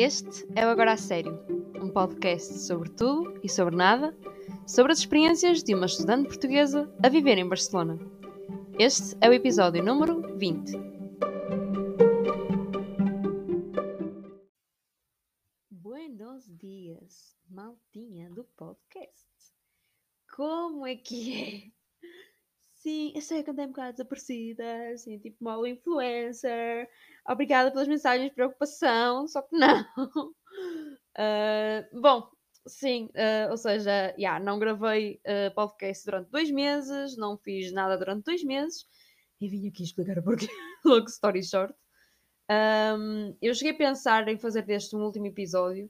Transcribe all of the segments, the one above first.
Este é o Agora a Sério, um podcast sobre tudo e sobre nada, sobre as experiências de uma estudante portuguesa a viver em Barcelona. Este é o episódio número 20. Buenos dias, maltinha do podcast. Como é que é? Sim, eu sei que andei um bocado desaparecida, assim, tipo mal influencer. Obrigada pelas mensagens de preocupação, só que não. Bom, sim, ou seja, não gravei podcast durante 2 meses, não fiz nada durante 2 meses e vim aqui explicar o porquê, long story short. Eu cheguei a pensar em fazer deste um último episódio,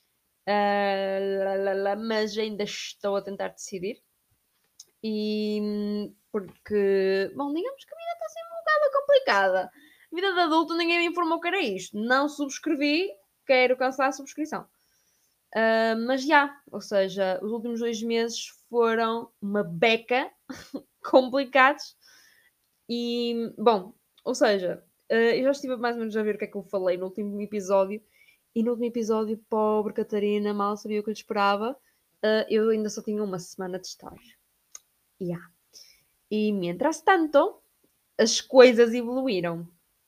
mas ainda estou a tentar decidir. E porque, bom, digamos que a vida está sempre um bocado complicada. A vida de adulto ninguém me informou que era isto. Não subscrevi, quero cancelar a subscrição. Mas ou seja, os últimos 2 meses foram uma beca complicados. E, bom, ou seja, eu já estive mais ou menos a ver o que é que eu falei no último episódio. E no último episódio, pobre Catarina, mal sabia o que eu lhe esperava. Eu ainda só tinha uma semana de estágio. E, mientras tanto, as coisas evoluíram.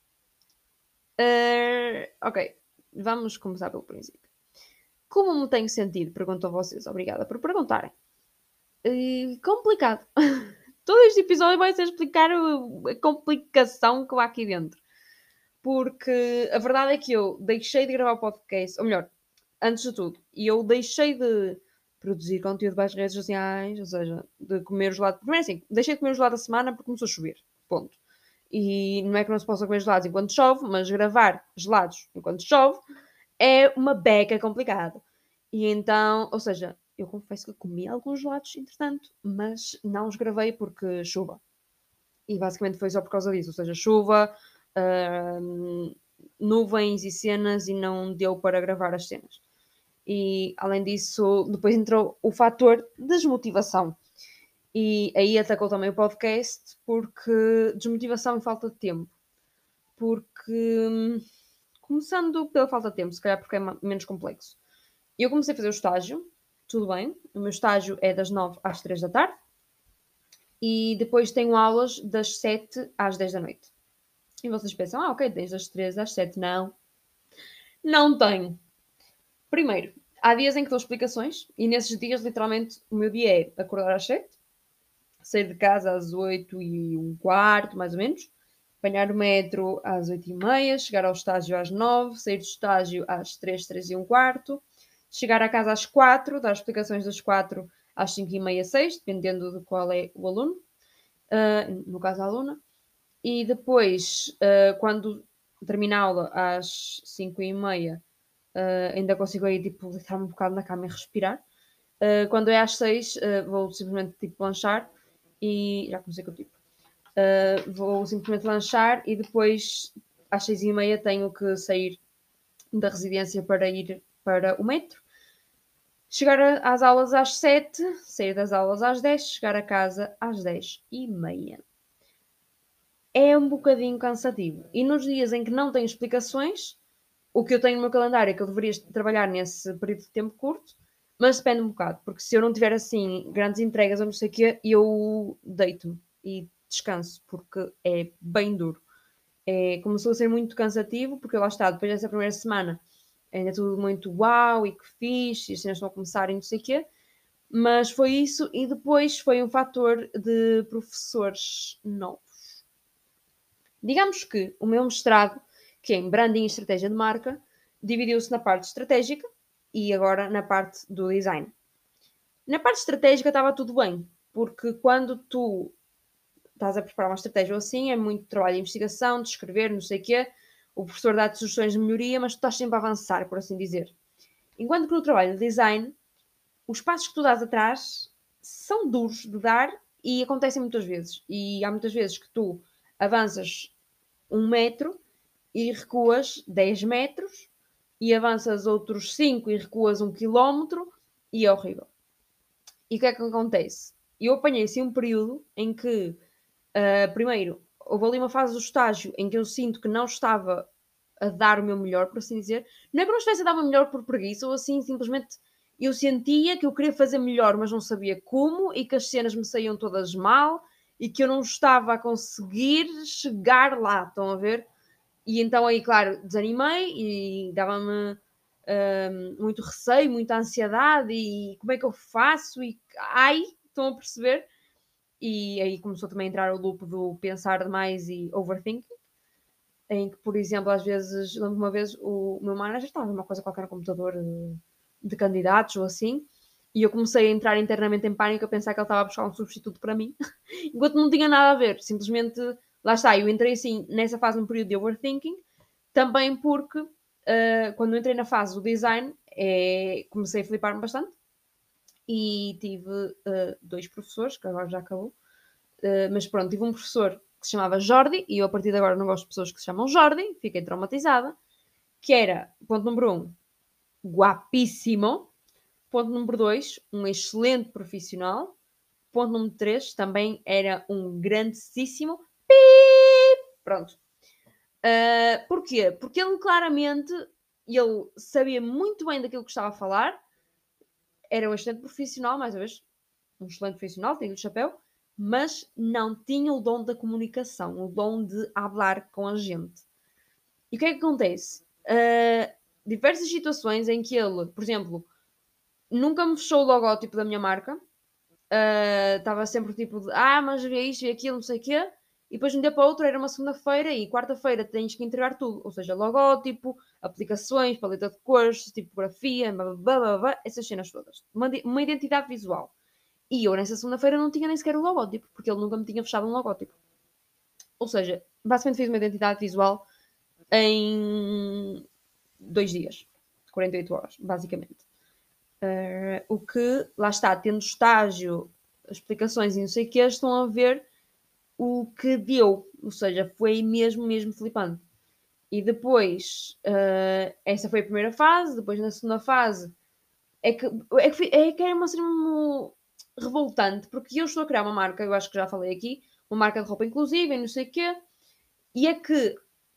Ok, vamos começar pelo princípio. Como me tenho sentido? Pergunto a vocês. Obrigada por perguntarem. Complicado. Todo este episódio vai ser explicar a complicação que há aqui dentro. Porque a verdade é que eu deixei de gravar o podcast, ou melhor, antes de tudo, eu deixei de produzir conteúdo para as redes sociais, ou seja, de comer gelado. Primeiro assim, deixei de comer gelado a semana porque começou a chover. Ponto. E não é que não se possa comer gelados enquanto chove, mas gravar gelados enquanto chove é uma beca complicada. E então, ou seja, eu confesso que comi alguns gelados, entretanto, mas não os gravei porque chuva. E basicamente foi só por causa disso, ou seja, chuva, nuvens e cenas, e não deu para gravar as cenas. E além disso, depois entrou o fator desmotivação. E aí atacou também o podcast, porque desmotivação e falta de tempo. Porque, começando pela falta de tempo, se calhar porque é menos complexo. Eu comecei a fazer o estágio, tudo bem, o meu estágio é das 9 às 3 da tarde, e depois tenho aulas das 7 às 10 da noite. E vocês pensam, ok, tens das 3 às 7. Não, não tenho. Primeiro, há dias em que dou explicações, e nesses dias, literalmente, o meu dia é acordar às 7, sair de casa às 8h15, mais ou menos, apanhar o metro às 8h30, chegar ao estágio às 9, sair do estágio às 3, 3h15, chegar à casa às 4, dar explicações das 4 às 5h30, 6, dependendo de qual é o aluno, no caso a aluna, e depois, quando termina a aula às 5h30, ainda consigo aí, tipo, deitar-me um bocado na cama e respirar. Quando é às 6, vou simplesmente, tipo, lanchar e... Já comecei com o tipo. Vou simplesmente lanchar e depois, às 6h30, tenho que sair da residência para ir para o metro. Chegar às aulas às 7, sair das aulas às 10, chegar a casa às 10h30. É um bocadinho cansativo. E nos dias em que não tenho explicações, o que eu tenho no meu calendário é que eu deveria trabalhar nesse período de tempo curto, mas depende um bocado, porque se eu não tiver assim grandes entregas ou não sei o quê, eu deito-me e descanso, porque é bem duro. Começou a ser muito cansativo, porque lá está, depois dessa primeira semana ainda é tudo muito uau e que fixe, e as cenas estão a começar e não sei o quê, mas foi isso, e depois foi um fator de professores novos. Digamos que o meu mestrado, que é em branding e estratégia de marca, dividiu-se na parte estratégica e agora na parte do design. Na parte estratégica estava tudo bem, porque quando tu estás a preparar uma estratégia ou assim, é muito trabalho de investigação, de escrever, não sei o quê, o professor dá-te sugestões de melhoria, mas tu estás sempre a avançar, por assim dizer. Enquanto que no trabalho de design, os passos que tu dás atrás são duros de dar e acontecem muitas vezes. E há muitas vezes que tu avanças 1 metro e recuas 10 metros e avanças outros 5 e recuas 1 quilómetro e é horrível. E o que é que acontece? Eu apanhei assim um período em que, primeiro, houve ali uma fase do estágio em que eu sinto que não estava a dar o meu melhor, por assim dizer. Não é que eu não estivesse a dar o meu melhor por preguiça, ou assim, simplesmente eu sentia que eu queria fazer melhor, mas não sabia como, e que as cenas me saíam todas mal, e que eu não estava a conseguir chegar lá, estão a ver? E então aí, claro, desanimei e dava-me muito receio, muita ansiedade e como é que eu faço e ai, estão a perceber? E aí começou também a entrar o loop do pensar demais e overthinking, em que, por exemplo, às vezes, lembro uma vez, o meu manager estava uma coisa qualquer no computador de candidatos ou assim, e eu comecei a entrar internamente em pânico a pensar que ele estava a buscar um substituto para mim, enquanto não tinha nada a ver, simplesmente, lá está, eu entrei assim nessa fase, num período de overthinking, também porque quando entrei na fase do design, comecei a flipar-me bastante, e tive dois professores, que agora já acabou, mas pronto, tive um professor que se chamava Jordi, e eu a partir de agora não gosto de pessoas que se chamam Jordi, fiquei traumatizada, que era, ponto número um, guapíssimo, ponto número dois, um excelente profissional, ponto número três, também era um grandíssimo pronto. Porquê? Porque ele claramente, ele sabia muito bem daquilo que estava a falar, era um excelente profissional, mais uma vez, um excelente profissional, tenho o chapéu, mas não tinha o dom da comunicação, o dom de hablar com a gente. E o que é que acontece? Diversas situações em que ele, por exemplo, nunca me fechou o logótipo da minha marca, estava sempre tipo de, mas vê isto, vê aquilo, não sei o quê, e depois de um dia para o outro era uma segunda-feira e quarta-feira tens que entregar tudo, ou seja, logótipo, aplicações, paleta de cores, tipografia, blá, blá, blá, blá, essas cenas todas. Uma identidade visual. E eu nessa segunda-feira não tinha nem sequer o logótipo, porque ele nunca me tinha fechado um logótipo. Ou seja, basicamente fiz uma identidade visual em 2 dias, 48 horas, basicamente. O que, lá está, tendo estágio, explicações e não sei o que, estão a ver o que deu. Ou seja, foi mesmo, mesmo flipante. E depois, essa foi a primeira fase, depois na segunda fase, é que era uma cena revoltante, porque eu estou a criar uma marca, eu acho que já falei aqui, uma marca de roupa inclusiva e não sei o quê, e é que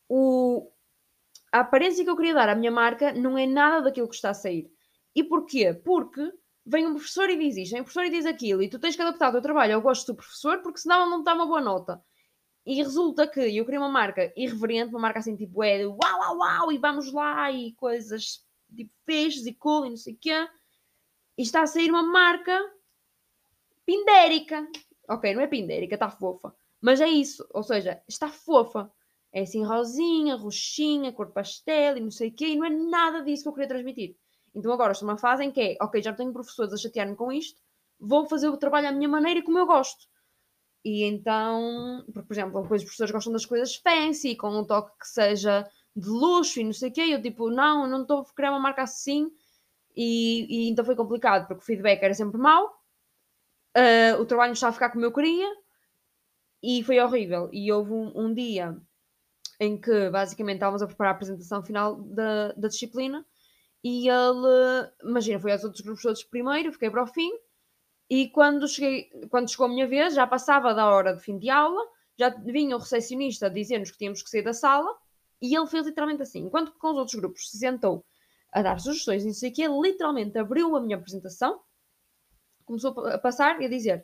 a aparência que eu queria dar à minha marca não é nada daquilo que está a sair. E porquê? Porque vem um professor e diz isto, vem um professor e diz aquilo, e tu tens que adaptar o teu trabalho ao gosto do professor, porque senão ele não te dá uma boa nota. E resulta que eu queria uma marca irreverente, uma marca assim tipo, uau, uau, uau, e vamos lá, e coisas tipo feixes e cool e não sei o quê. E está a sair uma marca pindérica. Ok, não é pindérica, está fofa. Mas é isso, ou seja, está fofa. É assim rosinha, roxinha, cor pastel e não sei o quê, e não é nada disso que eu queria transmitir. Então agora estou numa fase em que é, ok, já não tenho professores a chatear-me com isto, vou fazer o trabalho à minha maneira e como eu gosto. E então, porque, por exemplo, depois os professores gostam das coisas fancy, com um toque que seja de luxo e não sei o quê, e eu tipo, não, eu não estou a criar uma marca assim, e então foi complicado, porque o feedback era sempre mau, o trabalho não estava a ficar como eu queria, e foi horrível. E houve um dia em que basicamente estávamos a preparar a apresentação final da disciplina e ele, imagina, foi aos outros grupos todos primeiro, fiquei para o fim e quando chegou a minha vez, já passava da hora de fim de aula, já vinha o recepcionista dizer-nos que tínhamos que sair da sala e ele fez literalmente assim, enquanto que com os outros grupos se sentou a dar sugestões e não sei o que, ele literalmente abriu a minha apresentação, começou a passar e a dizer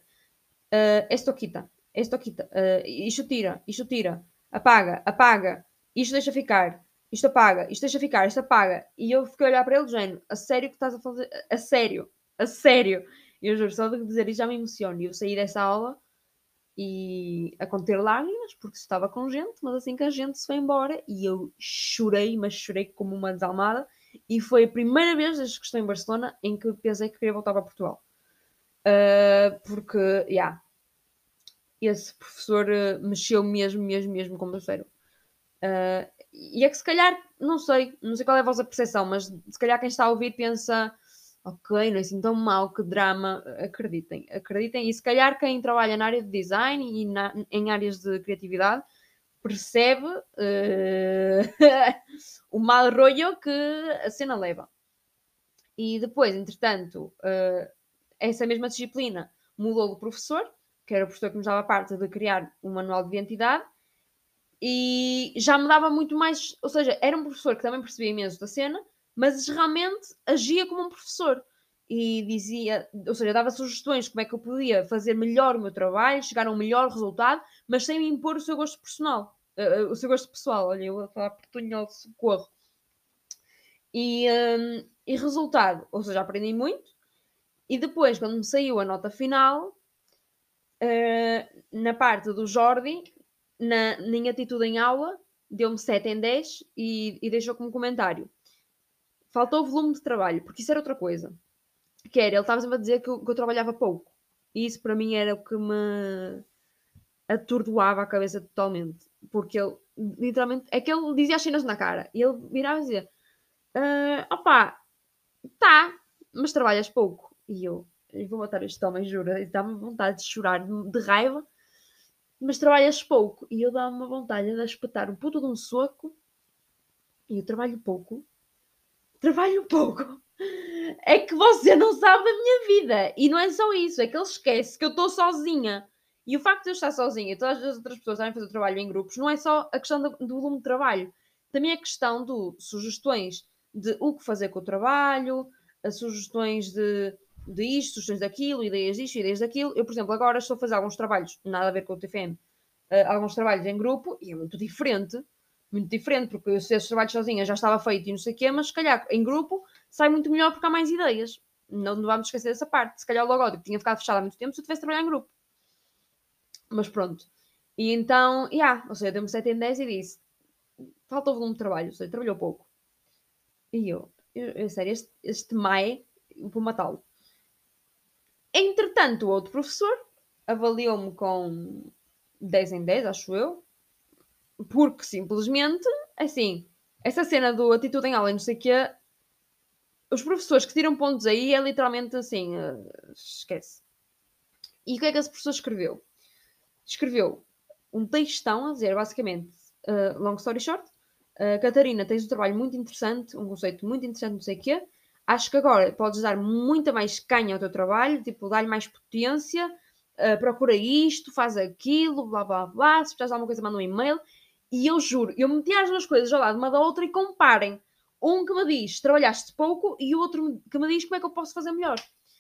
esto quita, isto tira, apaga, apaga, isto deixa ficar, isto apaga, isto deixa ficar, isto apaga. E eu fiquei a olhar para ele, do género, a sério que estás a fazer? A sério, a sério. E eu juro, só de dizer isso já me emociono. E eu saí dessa aula e a conter lágrimas, porque estava com gente, mas assim que a gente se foi embora, e eu chorei, mas chorei como uma desalmada, e foi a primeira vez desde que estou em Barcelona em que pensei que queria voltar para Portugal. Porque, yeah, esse professor mexeu mesmo, mesmo, mesmo com o meu cérebro. E é que se calhar, não sei qual é a vossa percepção, mas se calhar quem está a ouvir pensa, ok, não é assim tão mau, que drama. Acreditem, acreditem. E se calhar quem trabalha na área de design e em áreas de criatividade percebe o mal rollo que a cena leva. E depois, entretanto, essa mesma disciplina mudou de professor, que era o professor que nos dava a parte de criar um manual de identidade, E já me dava muito mais, ou seja, era um professor que também percebia imenso da cena, mas realmente agia como um professor. E dizia, ou seja, dava sugestões de como é que eu podia fazer melhor o meu trabalho, chegar a um melhor resultado, mas sem me impor o seu gosto personal. O seu gosto pessoal, olha, eu vou falar portunhol, socorro. E resultado, ou seja, aprendi muito. E depois, quando me saiu a nota final, na parte do Jordi, na minha atitude em aula, deu-me 7 em 10 e deixou como comentário. Faltou volume de trabalho, porque isso era outra coisa. Que era, ele estava sempre a dizer que eu trabalhava pouco. E isso para mim era o que me atordoava a cabeça totalmente. Porque ele, literalmente, é que ele dizia as cenas na cara. E ele virava e dizia: opá, tá, mas trabalhas pouco. E eu vou matar este homem, juro. Dá-me vontade de chorar de raiva, mas trabalhas pouco. E eu dava-me uma vontade de espetar um puto de um soco. E eu trabalho pouco. Trabalho pouco. É que você não sabe da minha vida. E não é só isso, é que ele esquece que eu estou sozinha. E o facto de eu estar sozinha e todas as outras pessoas estarem a fazer o trabalho em grupos, não é só a questão do volume de trabalho. Também é a questão de sugestões de o que fazer com o trabalho, as sugestões de isto, sugestões daquilo, ideias disto, ideias daquilo. Eu, por exemplo, agora estou a fazer alguns trabalhos, nada a ver com o TFM, alguns trabalhos em grupo, e é muito diferente, porque eu, se esse trabalho sozinha já estava feito e não sei o quê, mas se calhar em grupo sai muito melhor porque há mais ideias. Não vamos esquecer dessa parte. Se calhar o logótipo tinha ficado fechado há muito tempo se eu tivesse trabalhado em grupo. Mas pronto. E então, ou seja, deu-me 7 em 10 e disse: falta o volume de trabalho, ou seja, trabalhou pouco. E sério, este Mai, vou matá-lo. Entretanto, o outro professor avaliou-me com 10 em 10, acho eu, porque simplesmente, assim, essa cena do atitude em aula e não sei o quê, os professores que tiram pontos aí é literalmente assim, esquece. E o que é que esse professor escreveu? Escreveu um textão a dizer, basicamente, long story short, Catarina, tens um trabalho muito interessante, um conceito muito interessante, não sei o quê. Acho que agora podes dar muita mais canha ao teu trabalho, tipo, dar-lhe mais potência, procura isto, faz aquilo, blá blá blá. Se precisares de alguma coisa, manda um e-mail. E eu juro, eu meti as duas coisas ao lado uma da outra e comparem. Um que me diz trabalhaste pouco e o outro que me diz como é que eu posso fazer melhor.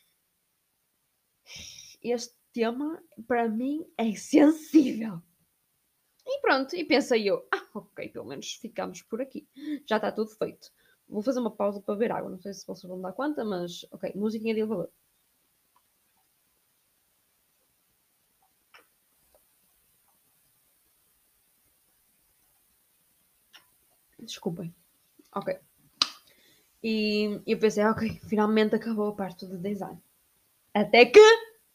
Este tema, para mim, é sensível. E pronto, e pensei eu, ok, pelo menos ficamos por aqui. Já está tudo feito. Vou fazer uma pausa para beber água. Não sei se vocês vão dar conta, mas ok, musiquinha de elevador. Desculpem. Ok. E eu pensei, ok, finalmente acabou a parte do design. Até que.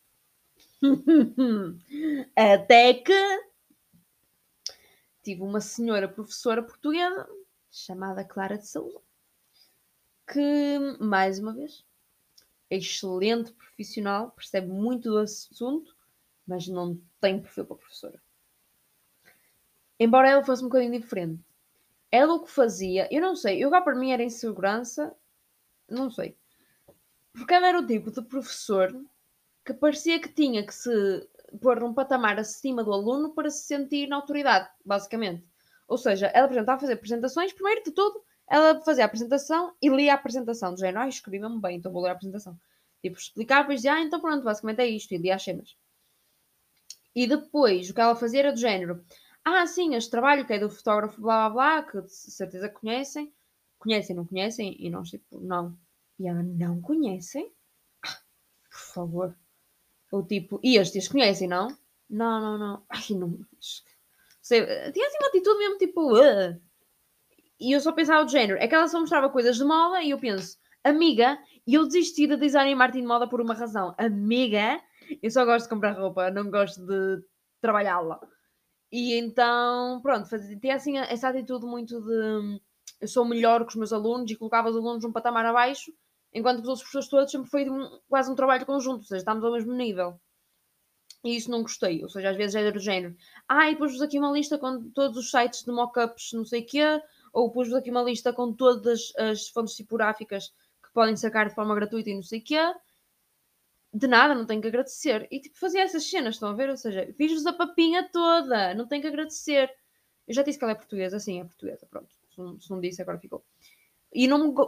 Até que. Tive uma senhora professora portuguesa chamada Clara de Souza, que, mais uma vez, é excelente profissional, percebe muito do assunto, mas não tem perfil para professora. Embora ela fosse um bocadinho diferente. Ela o que fazia, eu não sei, eu cá para mim era insegurança, não sei. Porque ela era o tipo de professor que parecia que tinha que se pôr num patamar acima do aluno para se sentir na autoridade, basicamente. Ou seja, ela, por exemplo, estava a fazer apresentações, primeiro de tudo, ela fazia a apresentação e lia a apresentação, do género, escrevi mesmo bem, então vou ler a apresentação. Tipo, explicava, depois dizia, então pronto, basicamente é isto, e lia as cenas. E depois, o que ela fazia era do género, sim, este trabalho que é do fotógrafo blá blá blá, que de certeza conhecem. Conhecem, não conhecem? E nós, tipo, não. E ela, não conhecem? Por favor. Ou tipo, e estes conhecem, não? Não, não, não. Ai, não. Sei, tinha assim uma atitude mesmo tipo. E eu só pensava do género. É que ela só mostrava coisas de moda e eu penso, amiga, e eu desisti de design e marketing de moda por uma razão. Amiga, eu só gosto de comprar roupa, não gosto de trabalhá-la. E então, pronto, tinha assim essa atitude muito de eu sou melhor que os meus alunos e colocava os alunos um patamar abaixo, enquanto os outros professores todos sempre foi quase um trabalho conjunto, ou seja, estamos ao mesmo nível. E isso não gostei, ou seja, às vezes é do género, e pus-vos aqui uma lista com todos os sites de mockups, não sei o quê, ou pus-vos aqui uma lista com todas as fontes tipográficas que podem sacar de forma gratuita e não sei o quê. De nada, não tenho que agradecer. E tipo, fazia essas cenas, estão a ver? Ou seja, fiz-vos a papinha toda, não tenho que agradecer. Eu já disse que ela é portuguesa, sim, é portuguesa, pronto. Se não disse, agora ficou. E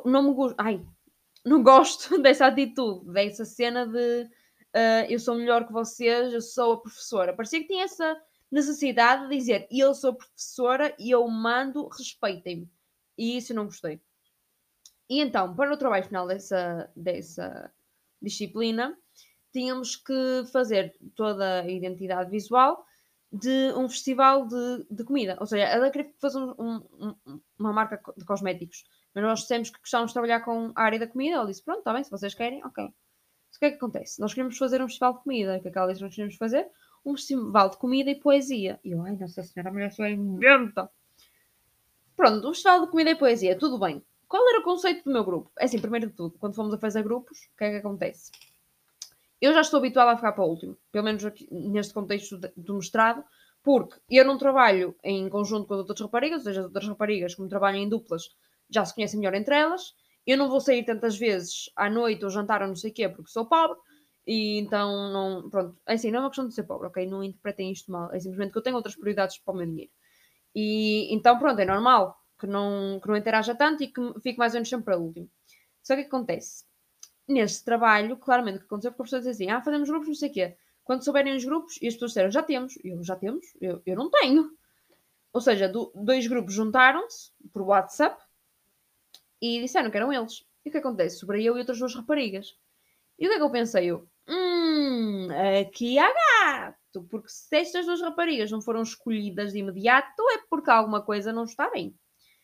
não gosto dessa atitude, dessa cena de eu sou melhor que vocês, eu sou a professora. Parecia que tinha essa necessidade de dizer eu sou a professora e eu mando, respeitem-me. E isso eu não gostei. E então, para o trabalho final dessa disciplina, tínhamos que fazer toda a identidade visual de um festival de comida. Ou seja, ela queria fazer uma marca de cosméticos, mas nós dissemos que gostávamos de trabalhar com a área da comida. Ela disse: pronto, está bem, se vocês querem, ok. Mas o que é que acontece? Nós queríamos fazer um festival de comida. O que é que ela disse que nós queríamos fazer? Um festival de comida e poesia. E eu, ai, Nossa Senhora, a mulher só inventa. Pronto, um festival de comida e poesia, tudo bem. Qual era o conceito do meu grupo? É assim, primeiro de tudo, quando fomos a fazer grupos, o que é que acontece? Eu já estou habituada a ficar para o último, pelo menos aqui, neste contexto do mestrado, porque eu não trabalho em conjunto com as outras raparigas, ou seja, as outras raparigas, como trabalham em duplas, já se conhecem melhor entre elas. Eu não vou sair tantas vezes à noite ou jantar ou não sei o quê, porque sou pobre, e então não. Pronto, é assim, não é uma questão de ser pobre, ok? Não interpretem isto mal, é simplesmente que eu tenho outras prioridades para o meu dinheiro. E então, pronto, é normal que não interaja tanto e que fique mais ou menos sempre para o último. Só que o que acontece? Neste trabalho, claramente, o que aconteceu porque a pessoa diz assim: fazemos grupos, não sei o quê. Quando souberem os grupos, e as pessoas disseram: já temos. Já temos? Eu não tenho. Ou seja, dois grupos juntaram-se por WhatsApp e disseram que eram eles. E o que acontece? Sobre eu e outras duas raparigas. E o que é que eu pensei? Aqui há gato. Porque se estas duas raparigas não foram escolhidas de imediato, é porque alguma coisa não está bem.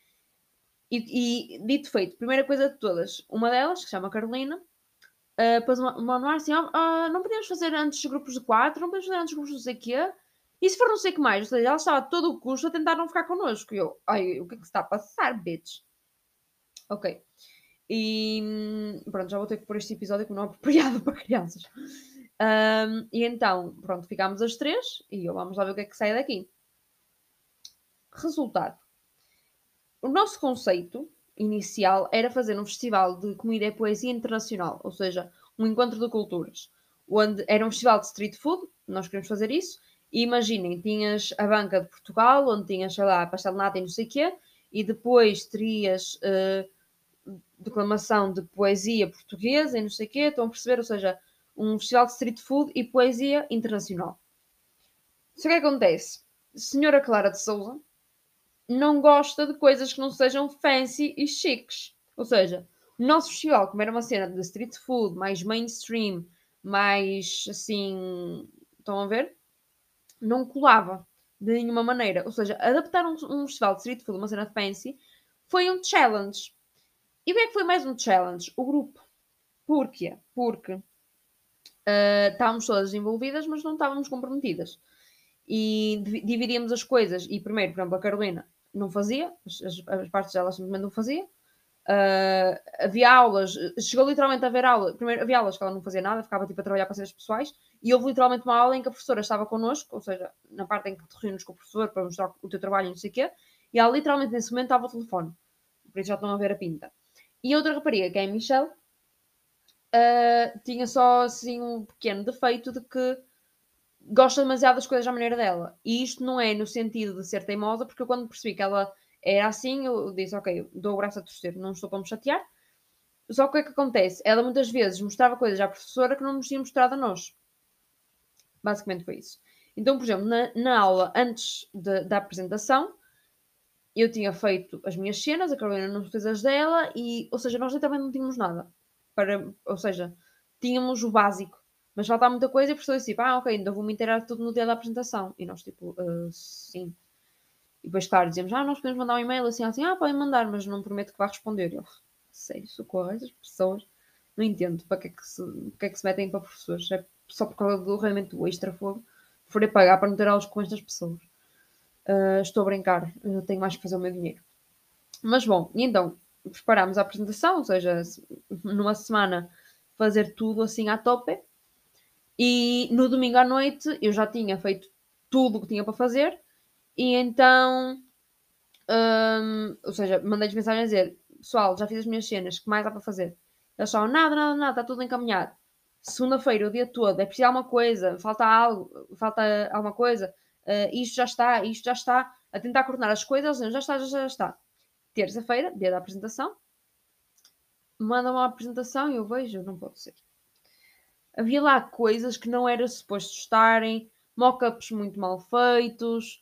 E dito feito, primeira coisa de todas, uma delas, que se chama Carolina, pôs uma no ar assim: não podemos fazer antes grupos de 4, não podemos fazer antes grupos de não sei o quê. E se for não sei o que mais? Ou seja, ela estava a todo o custo a tentar não ficar connosco. E eu, ai, o que é que se está a passar, bitch? Ok. E pronto, já vou ter que pôr este episódio que não é apropriado para crianças. E então, pronto, ficámos as três e eu, vamos lá ver o que é que sai daqui. Resultado. O nosso conceito inicial era fazer um festival de comida e poesia internacional, ou seja, um encontro de culturas, onde era um festival de street food, nós queríamos fazer isso, e imaginem, tinhas a banca de Portugal, onde tinhas, sei lá, pastel de nata e não sei o quê, e depois terias declamação de poesia portuguesa e não sei o quê, estão a perceber? Ou seja, um festival de street food e poesia internacional. Só que acontece? Senhora Clara de Souza não gosta de coisas que não sejam fancy e chiques. Ou seja, o nosso festival, como era uma cena de street food, mais mainstream, mais assim, estão a ver? Não colava de nenhuma maneira. Ou seja, adaptar um festival de street food, uma cena fancy, foi um challenge. E bem que foi mais um challenge? O grupo. Porquê? Porque estávamos todas envolvidas, mas não estávamos comprometidas. E dividíamos as coisas. E primeiro, por exemplo, a Carolina não fazia, as partes dela simplesmente não fazia. Havia aulas, chegou literalmente a haver aula. Primeiro, havia aulas que ela não fazia nada, ficava tipo a trabalhar para cenas pessoais. E houve literalmente uma aula em que a professora estava connosco, ou seja, na parte em que te reúnes com o professor para mostrar o teu trabalho e não sei o quê. E ela literalmente nesse momento estava ao telefone. Por isso já estão a ver a pinta. E a outra rapariga, que é a Michelle, tinha só assim um pequeno defeito de que gosta demasiado das coisas à maneira dela. E isto não é no sentido de ser teimosa, porque eu quando percebi que ela era assim, eu disse, ok, dou o braço a torcer, não estou para me chatear. Só que o que é que acontece? Ela muitas vezes mostrava coisas à professora que não nos tinha mostrado a nós. Basicamente foi isso. Então, por exemplo, na aula antes da apresentação, eu tinha feito as minhas cenas, a Carolina não fez as dela, e, ou seja, nós literalmente não tínhamos nada. Ou seja, tínhamos o básico, mas faltava muita coisa e a professora disse, ok, ainda vou-me inteirar tudo no dia da apresentação. E nós, tipo, sim. E depois, claro, dizíamos, nós podemos mandar um e-mail assim, podem mandar, mas não prometo que vá responder. Eu, sério, socorro, essas pessoas, não entendo para que é que se metem para professores. É só por causa do rendimento extra fogo. Preferir pagar para não ter aulas com estas pessoas. Estou a brincar, eu tenho mais que fazer o meu dinheiro. Mas bom, e então, preparámos a apresentação, ou seja, numa semana fazer tudo assim à tope. E no domingo à noite eu já tinha feito tudo o que tinha para fazer. E então, ou seja, mandei-lhes mensagem a dizer: pessoal, já fiz as minhas cenas, que mais há para fazer? Eles falaram: nada, está tudo encaminhado. Segunda-feira, o dia todo, é preciso alguma coisa, falta algo, falta alguma coisa, isto já está. a tentar coordenar as coisas, já está, já está. Terça-feira, dia da apresentação, mandam uma apresentação e eu vejo, não pode ser. Havia lá coisas que não era suposto estarem, mock-ups muito mal feitos,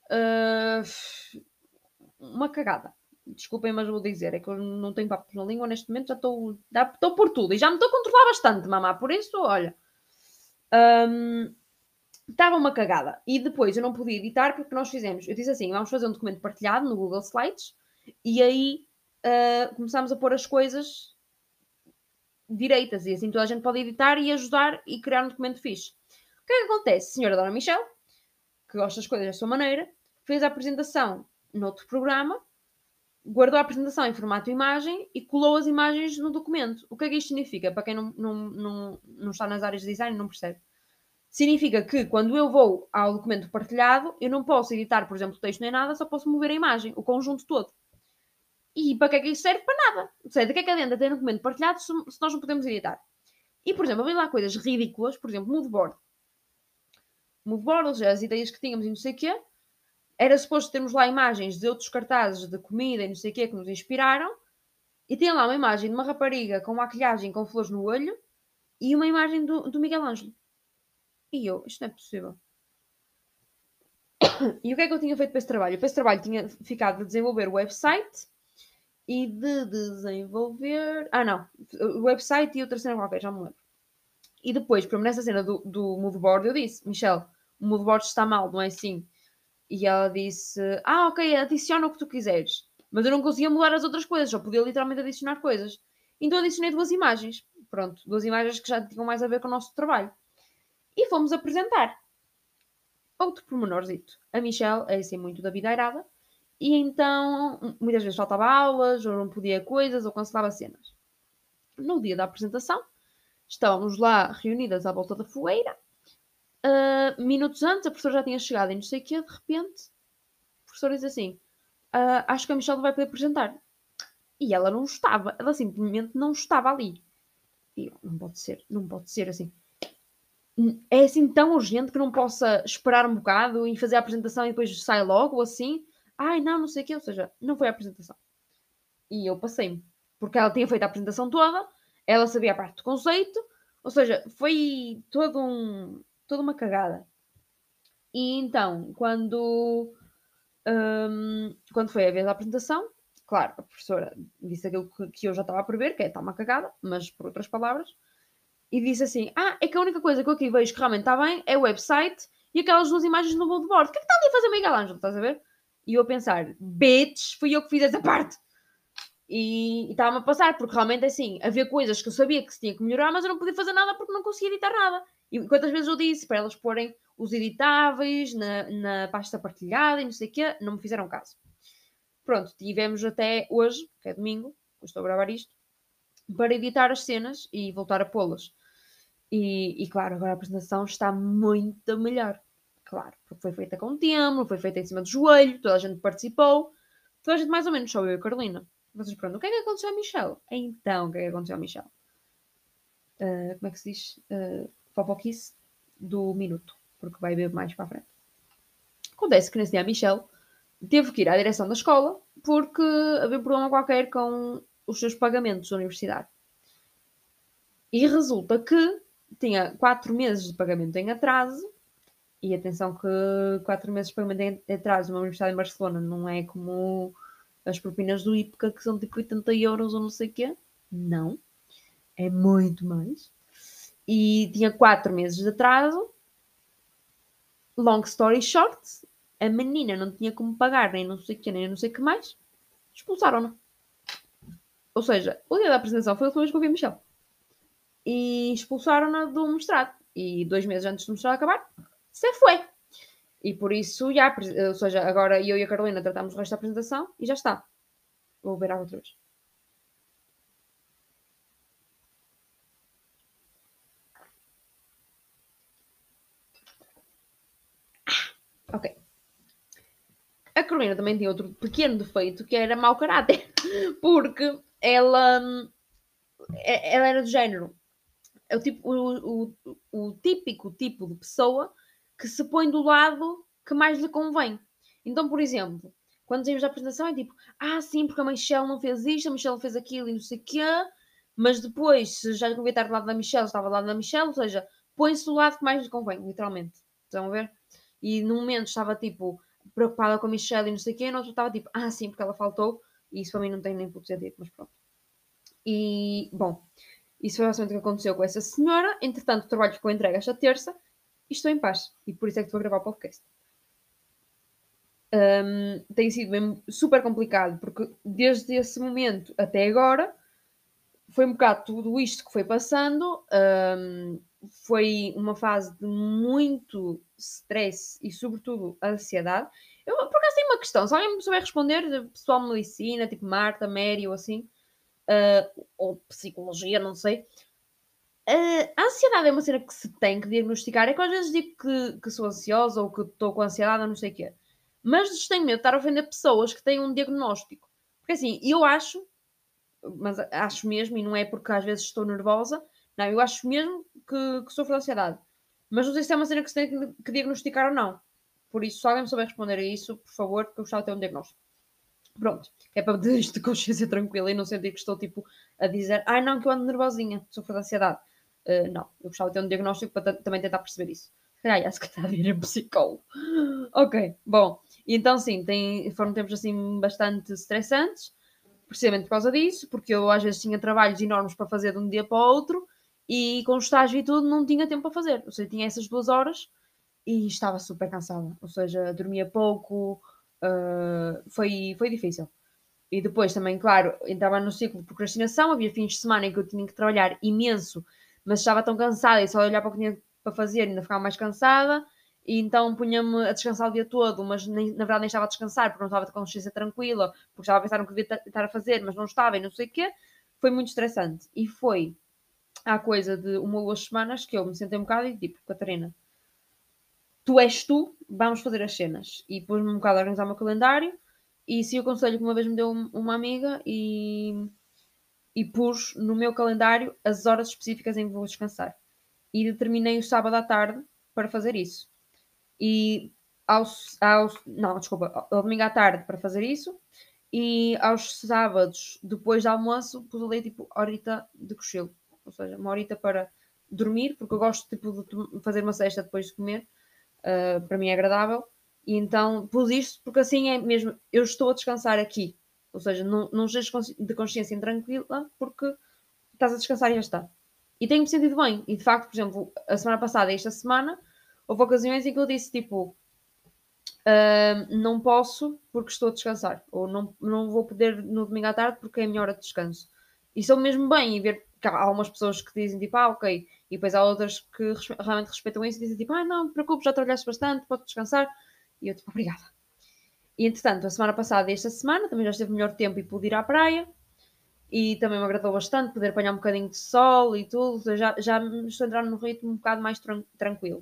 uma cagada. Desculpem, mas vou dizer, é que eu não tenho papos na língua neste momento, já estou por tudo e já me estou a controlar bastante, mamá, por isso, olha. Estava uma cagada. E depois eu não podia editar porque nós fizemos. Eu disse assim: vamos fazer um documento partilhado no Google Slides e aí começámos a pôr as coisas direitas e assim toda a gente pode editar e ajudar e criar um documento fixe. O que é que acontece? A senhora Dona Michelle, que gosta das coisas da sua maneira, fez a apresentação noutro programa, guardou a apresentação em formato imagem e colou as imagens no documento. O que é que isto significa? Para quem não está nas áreas de design não percebe. Significa que quando eu vou ao documento partilhado, eu não posso editar, por exemplo, o texto nem nada, só posso mover a imagem, o conjunto todo. E para que é que isso serve? Para nada. Ou seja, de que é que adianta ter um documento partilhado se nós não podemos editar? E, por exemplo, havia lá coisas ridículas, por exemplo, moodboard. Moodboard, ou seja, as ideias que tínhamos e não sei o quê, era suposto termos lá imagens de outros cartazes de comida e não sei o quê que nos inspiraram, e tinha lá uma imagem de uma rapariga com maquilhagem com flores no olho e uma imagem do Miguel Ângelo. E eu, isto não é possível. E o que é que eu tinha feito para esse trabalho? Para esse trabalho tinha ficado de desenvolver o website e de desenvolver. Ah, não. O website e outra cena qualquer, já me lembro. E depois, por nessa cena do moodboard, eu disse: Michelle, o moodboard está mal, não é assim? E ela disse: ah, ok, adiciona o que tu quiseres. Mas eu não conseguia mudar as outras coisas, só podia literalmente adicionar coisas. Então adicionei 2 imagens. Pronto, 2 imagens que já tinham mais a ver com o nosso trabalho. E fomos apresentar. Outro pormenorzito. A Michelle é assim muito da vida airada. E então, muitas vezes faltava aulas, ou não podia coisas, ou cancelava cenas. No dia da apresentação, estávamos lá reunidas à volta da fogueira. Minutos antes, a professora já tinha chegado e não sei o quê, de repente, a professora diz assim: acho que a Michelle vai poder apresentar. E ela não estava, ela simplesmente não estava ali. E eu, não pode ser assim. É assim tão urgente que não possa esperar um bocado e fazer a apresentação e depois sai logo, assim? Ai, não, não sei o quê. Ou seja, não foi a apresentação. E eu passei-me. Porque ela tinha feito a apresentação toda, ela sabia a parte do conceito, ou seja, foi toda uma cagada. E então, quando foi a vez da apresentação, claro, a professora disse aquilo que eu já estava a prever, que é está uma cagada, mas por outras palavras, e disse assim: é que a única coisa que eu aqui vejo que realmente está bem é o website e aquelas 2 imagens no board. O que é que está ali a fazer Miguel Ângelo? Estás a ver? E eu a pensar: bitch, fui eu que fiz essa parte. E estava-me a passar, porque realmente assim, havia coisas que eu sabia que se tinha que melhorar, mas eu não podia fazer nada porque não conseguia editar nada. E quantas vezes eu disse para elas porem os editáveis na pasta partilhada e não sei o quê, não me fizeram caso. Pronto, tivemos até hoje, que é domingo, eu estou a gravar isto, para editar as cenas e voltar a pô-las. E claro, agora a apresentação está muito melhor. Claro, porque foi feita com tempo, foi feita em cima do joelho, toda a gente participou, toda a gente mais ou menos, só eu e a Carolina. Vocês perguntam, o que é que aconteceu a Michelle? Então, o que é que aconteceu a Michelle? Como é que se diz? Fofoquice do minuto, porque vai ver mais para a frente. Acontece que nesse dia a Michelle teve que ir à direção da escola porque havia um problema qualquer com os seus pagamentos da universidade. E resulta que tinha 4 meses de pagamento em atraso. E atenção que 4 meses de pagamento em atraso numa universidade em Barcelona não é como as propinas do IPCA, que são tipo 80 euros ou não sei o quê. Não. É muito mais. E tinha 4 meses de atraso. Long story short, a menina não tinha como pagar, nem não sei o que, nem não sei o que mais. Expulsaram-na. Ou seja, o dia da apresentação foi a última vez que eu vi a Michelle. E expulsaram-na do mestrado. E 2 meses antes do mestrado acabar, você foi. E por isso, já, ou seja, agora eu e a Carolina tratamos o resto da apresentação e já está. Vou ver a outra vez. Ok. A Carolina também tinha outro pequeno defeito que era mau caráter. Porque ela era do género. É o típico tipo de pessoa que se põe do lado que mais lhe convém. Então, por exemplo, quando temos a apresentação é tipo, sim, porque a Michelle não fez isto, a Michelle fez aquilo e não sei o quê, mas depois, se já devia estar do lado da Michelle, estava do lado da Michelle, ou seja, põe-se do lado que mais lhe convém, literalmente. Estão a ver? E no momento estava tipo preocupada com a Michelle e não sei o quê, e no outro estava tipo, sim, porque ela faltou, e isso para mim não tem nem pouco sentido, mas pronto. E, bom, isso foi basicamente o que aconteceu com essa senhora. Entretanto, o trabalho ficou entregue esta terça e estou em paz. E por isso é que estou a gravar o podcast. Tem sido mesmo super complicado, porque desde esse momento até agora foi um bocado tudo isto que foi passando. Foi uma fase de muito stress e, sobretudo, ansiedade. Eu, por acaso, tenho uma questão. Se alguém me souber responder, pessoal de medicina, tipo Marta, Mary ou assim, ou psicologia, não sei. A ansiedade é uma cena que se tem que diagnosticar. É que às vezes digo que sou ansiosa ou que estou com ansiedade ou não sei o quê. Mas tenho medo de estar a ofender pessoas que têm um diagnóstico. Porque assim, eu acho, mas acho mesmo, e não é porque às vezes estou nervosa, não, eu acho mesmo que sofro de ansiedade. Mas não sei se é uma cena que se tem que diagnosticar ou não. Por isso, se alguém me souber responder a isso, por favor, porque eu gostava de ter um diagnóstico. Pronto, é para ter isto de consciência tranquila e não sentir que estou tipo a dizer, não, que eu ando nervosinha, sofro de ansiedade. Não, eu gostava de ter um diagnóstico para também tentar perceber isso. Se calhar, se calhar vir um psicólogo. Ok, bom, então sim, foram tempos assim bastante estressantes, precisamente por causa disso, porque eu às vezes tinha trabalhos enormes para fazer de um dia para o outro e com o estágio e tudo não tinha tempo para fazer. Ou seja, tinha essas 2 horas e estava super cansada. Ou seja, dormia pouco, foi difícil. E depois também, claro, entrava no ciclo de procrastinação, havia fins de semana em que eu tinha que trabalhar imenso, mas estava tão cansada e só olhar para o que tinha para fazer ainda ficava mais cansada, e então punha-me a descansar o dia todo, mas na verdade nem estava a descansar, porque não estava de consciência tranquila, porque estava a pensar no que devia estar a fazer, mas não estava e não sei o quê. Foi muito estressante. E foi há coisa de 1 ou 2 semanas que eu me sentei um bocado e tipo, Catarina, tu és tu, vamos fazer as cenas. E pus-me um bocado a organizar o meu calendário e segui o conselho que uma vez me deu uma amiga e pus no meu calendário as horas específicas em que vou descansar. E determinei o sábado à tarde para fazer isso. E não, desculpa, ao domingo à tarde para fazer isso. E aos sábados, depois do almoço, pus ali tipo horita de cochilo. Ou seja, uma horita para dormir, porque eu gosto tipo, de fazer uma cesta depois de comer. Para mim é agradável. E então pus isto porque assim é mesmo, eu estou a descansar aqui. Ou seja, não estejas de consciência intranquila porque estás a descansar e já está. E tenho-me sentido bem. E de facto, por exemplo, a semana passada e esta semana, houve ocasiões em que eu disse tipo, não posso porque estou a descansar. Ou não vou poder no domingo à tarde porque é a minha hora de descanso. E sou mesmo bem e ver que há algumas pessoas que dizem tipo, ok. E depois há outras que realmente respeitam isso e dizem tipo, não, não te preocupes, já trabalhaste bastante, podes descansar. E eu tipo, obrigada. E entretanto, a semana passada e esta semana também já esteve melhor tempo e pude ir à praia. E também me agradou bastante poder apanhar um bocadinho de sol e tudo. Já me estou a entrar num ritmo um bocado mais tranquilo.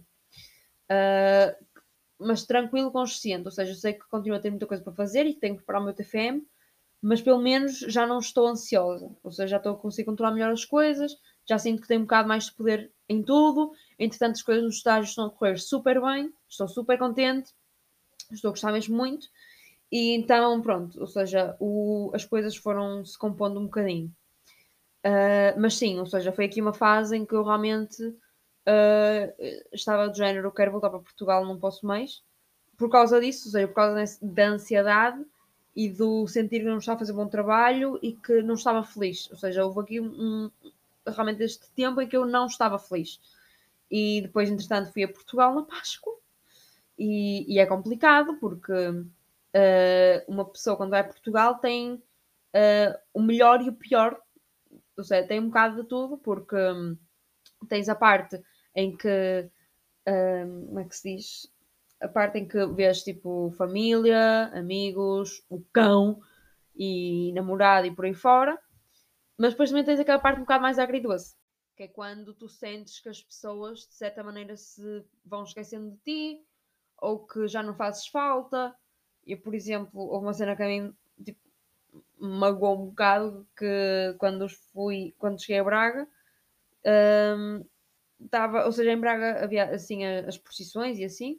Mas tranquilo, consciente. Ou seja, eu sei que continuo a ter muita coisa para fazer e que tenho que preparar o meu TFM, mas pelo menos já não estou ansiosa. Ou seja, já estou a conseguir controlar melhor as coisas, já sinto que tenho um bocado mais de poder em tudo. Entretanto, as coisas nos estágios estão a correr super bem, estou super contente, estou a gostar mesmo muito. E então, pronto, ou seja, as coisas foram se compondo um bocadinho. Mas sim, ou seja, foi aqui uma fase em que eu realmente estava do género, quero voltar para Portugal, não posso mais, por causa disso, ou seja, por causa da ansiedade e do sentir que não estava a fazer um bom trabalho e que não estava feliz. Ou seja, houve aqui realmente este tempo em que eu não estava feliz. E depois, entretanto, fui a Portugal na Páscoa e é complicado porque uma pessoa quando vai a Portugal tem o melhor e o pior, ou seja, tem um bocado de tudo, porque tens a parte em que, como é que se diz? A parte em que vês tipo família, amigos, o cão e namorado e por aí fora, mas depois também tens aquela parte um bocado mais agridoce, que é quando tu sentes que as pessoas de certa maneira se vão esquecendo de ti ou que já não fazes falta. Eu, por exemplo, houve uma cena que a mim tipo, magoou um bocado que quando cheguei a Braga, ou seja, em Braga havia assim as procissões e assim,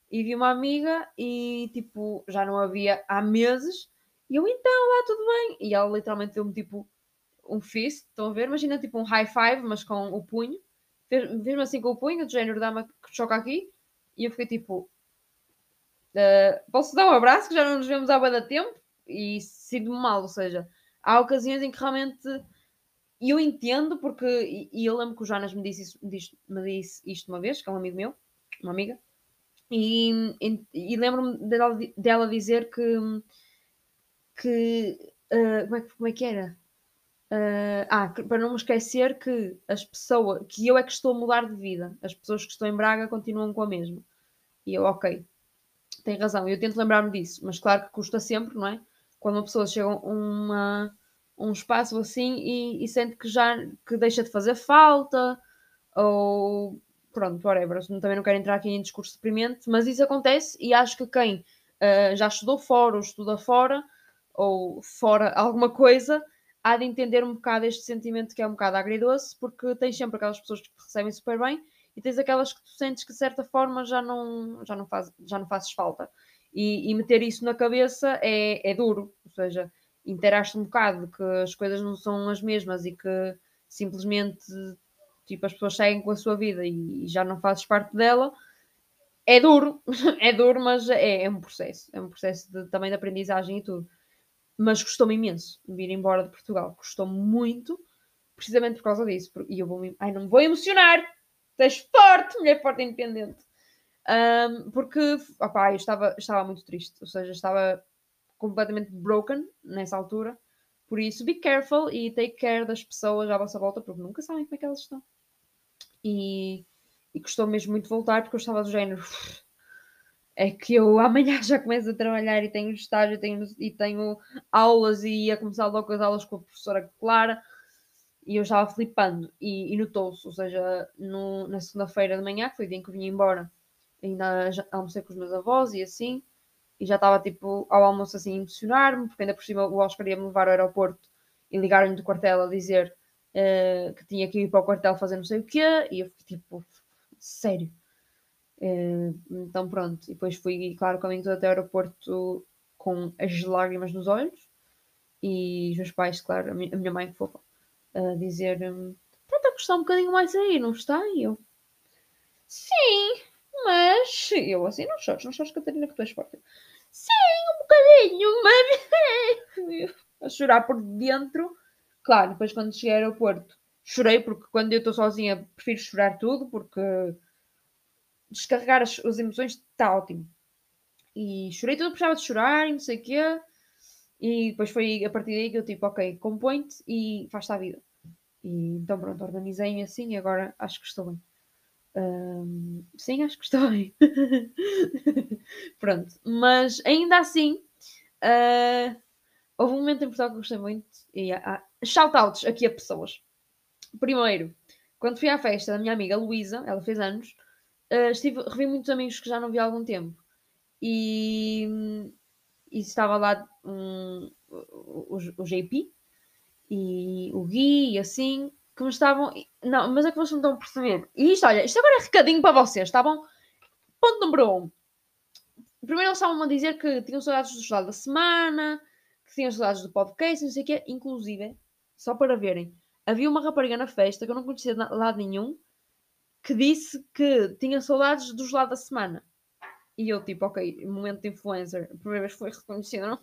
e vi uma amiga e, tipo, já não havia há meses. E eu, então, lá, tudo bem? E ela literalmente deu-me, tipo, um fist, estão a ver? Imagina, tipo, um high five, mas com o punho. Fez-me assim com o punho, do género, dá-me que choca aqui. E eu fiquei, tipo, posso dar um abraço, que já não nos vemos há bastante tempo? E sinto-me mal, ou seja, há ocasiões em que realmente... E eu entendo, porque... E eu lembro que o Jonas me disse isto uma vez, que é um amigo meu, uma amiga, e lembro-me dela dizer que como é que era? Para não me esquecer que as pessoas, que eu é que estou a mudar de vida, as pessoas que estão em Braga continuam com a mesma. E eu, ok, tem razão, eu tento lembrar-me disso, mas claro que custa sempre, não é? Quando uma pessoa chega a um espaço assim e sente que já que deixa de fazer falta, ou pronto, whatever. Também não quero entrar aqui em discurso deprimente, mas isso acontece e acho que quem já estudou fora ou estuda fora, ou fora alguma coisa, há de entender um bocado este sentimento que é um bocado agridoce, porque tens sempre aquelas pessoas que te recebem super bem e tens aquelas que tu sentes que de certa forma já não fazes falta. E meter isso na cabeça é duro, ou seja, interaste um bocado que as coisas não são as mesmas e que simplesmente tipo, as pessoas seguem com a sua vida e já não fazes parte dela, é duro, é duro, mas é um processo também de aprendizagem e tudo. Mas custou-me imenso vir embora de Portugal, custou-me muito, precisamente por causa disso. E eu ai, não me vou emocionar, tens forte, mulher forte e independente. Porque, opá, eu estava muito triste, ou seja, estava completamente broken nessa altura. Por isso, be careful e take care das pessoas à vossa volta, porque nunca sabem como é que elas estão. E, e custou mesmo muito voltar, porque eu estava do género. É que eu amanhã já começo a trabalhar e tenho estágio e tenho aulas e ia começar logo as aulas com a professora Clara e eu estava flipando e notou-se, ou seja, na segunda-feira de manhã, que foi o dia em que eu vim embora, ainda almocei com os meus avós e assim, e já estava tipo ao almoço assim a emocionar-me, porque ainda por cima o Oscar ia-me levar ao aeroporto e ligaram-me do quartel a dizer que tinha que ir para o quartel fazer não sei o quê, e eu fiquei tipo, sério. Então pronto, e depois fui, claro, caminho todo até o aeroporto com as lágrimas nos olhos e os meus pais, claro, a minha mãe fofa, a dizer está a custar um bocadinho mais aí, não está? E eu, sim, mas eu assim, não chores, Catarina, que tu és forte. Sim, um bocadinho, mas a chorar por dentro. Claro, depois quando cheguei ao aeroporto chorei, porque quando eu estou sozinha prefiro chorar tudo, porque descarregar as emoções está ótimo. E chorei tudo, precisava de chorar e não sei o quê. E depois foi a partir daí que eu tipo, ok, compõe-te e faz-te a vida. E então pronto, organizei-me assim e agora acho que estou bem. Sim, acho que estou bem. Pronto, mas ainda assim, houve um momento em Portugal que eu gostei muito. E shout-outs aqui a pessoas. Primeiro, quando fui à festa da minha amiga Luísa, ela fez anos, revi muitos amigos que já não vi há algum tempo. E, e estava lá o JP e o Gui e assim, que me estavam. Não, mas é que vocês não estão a perceber. E isto, olha, isto agora é recadinho para vocês, tá bom? Ponto número 1. Primeiro eles estavam a dizer que tinham saudades do gelado da semana, que tinham saudades do podcast, não sei o quê. Inclusive, só para verem, havia uma rapariga na festa que eu não conhecia de lado nenhum que disse que tinha saudades do gelado da semana. E eu, tipo, ok, momento de influencer. A primeira vez foi reconhecida.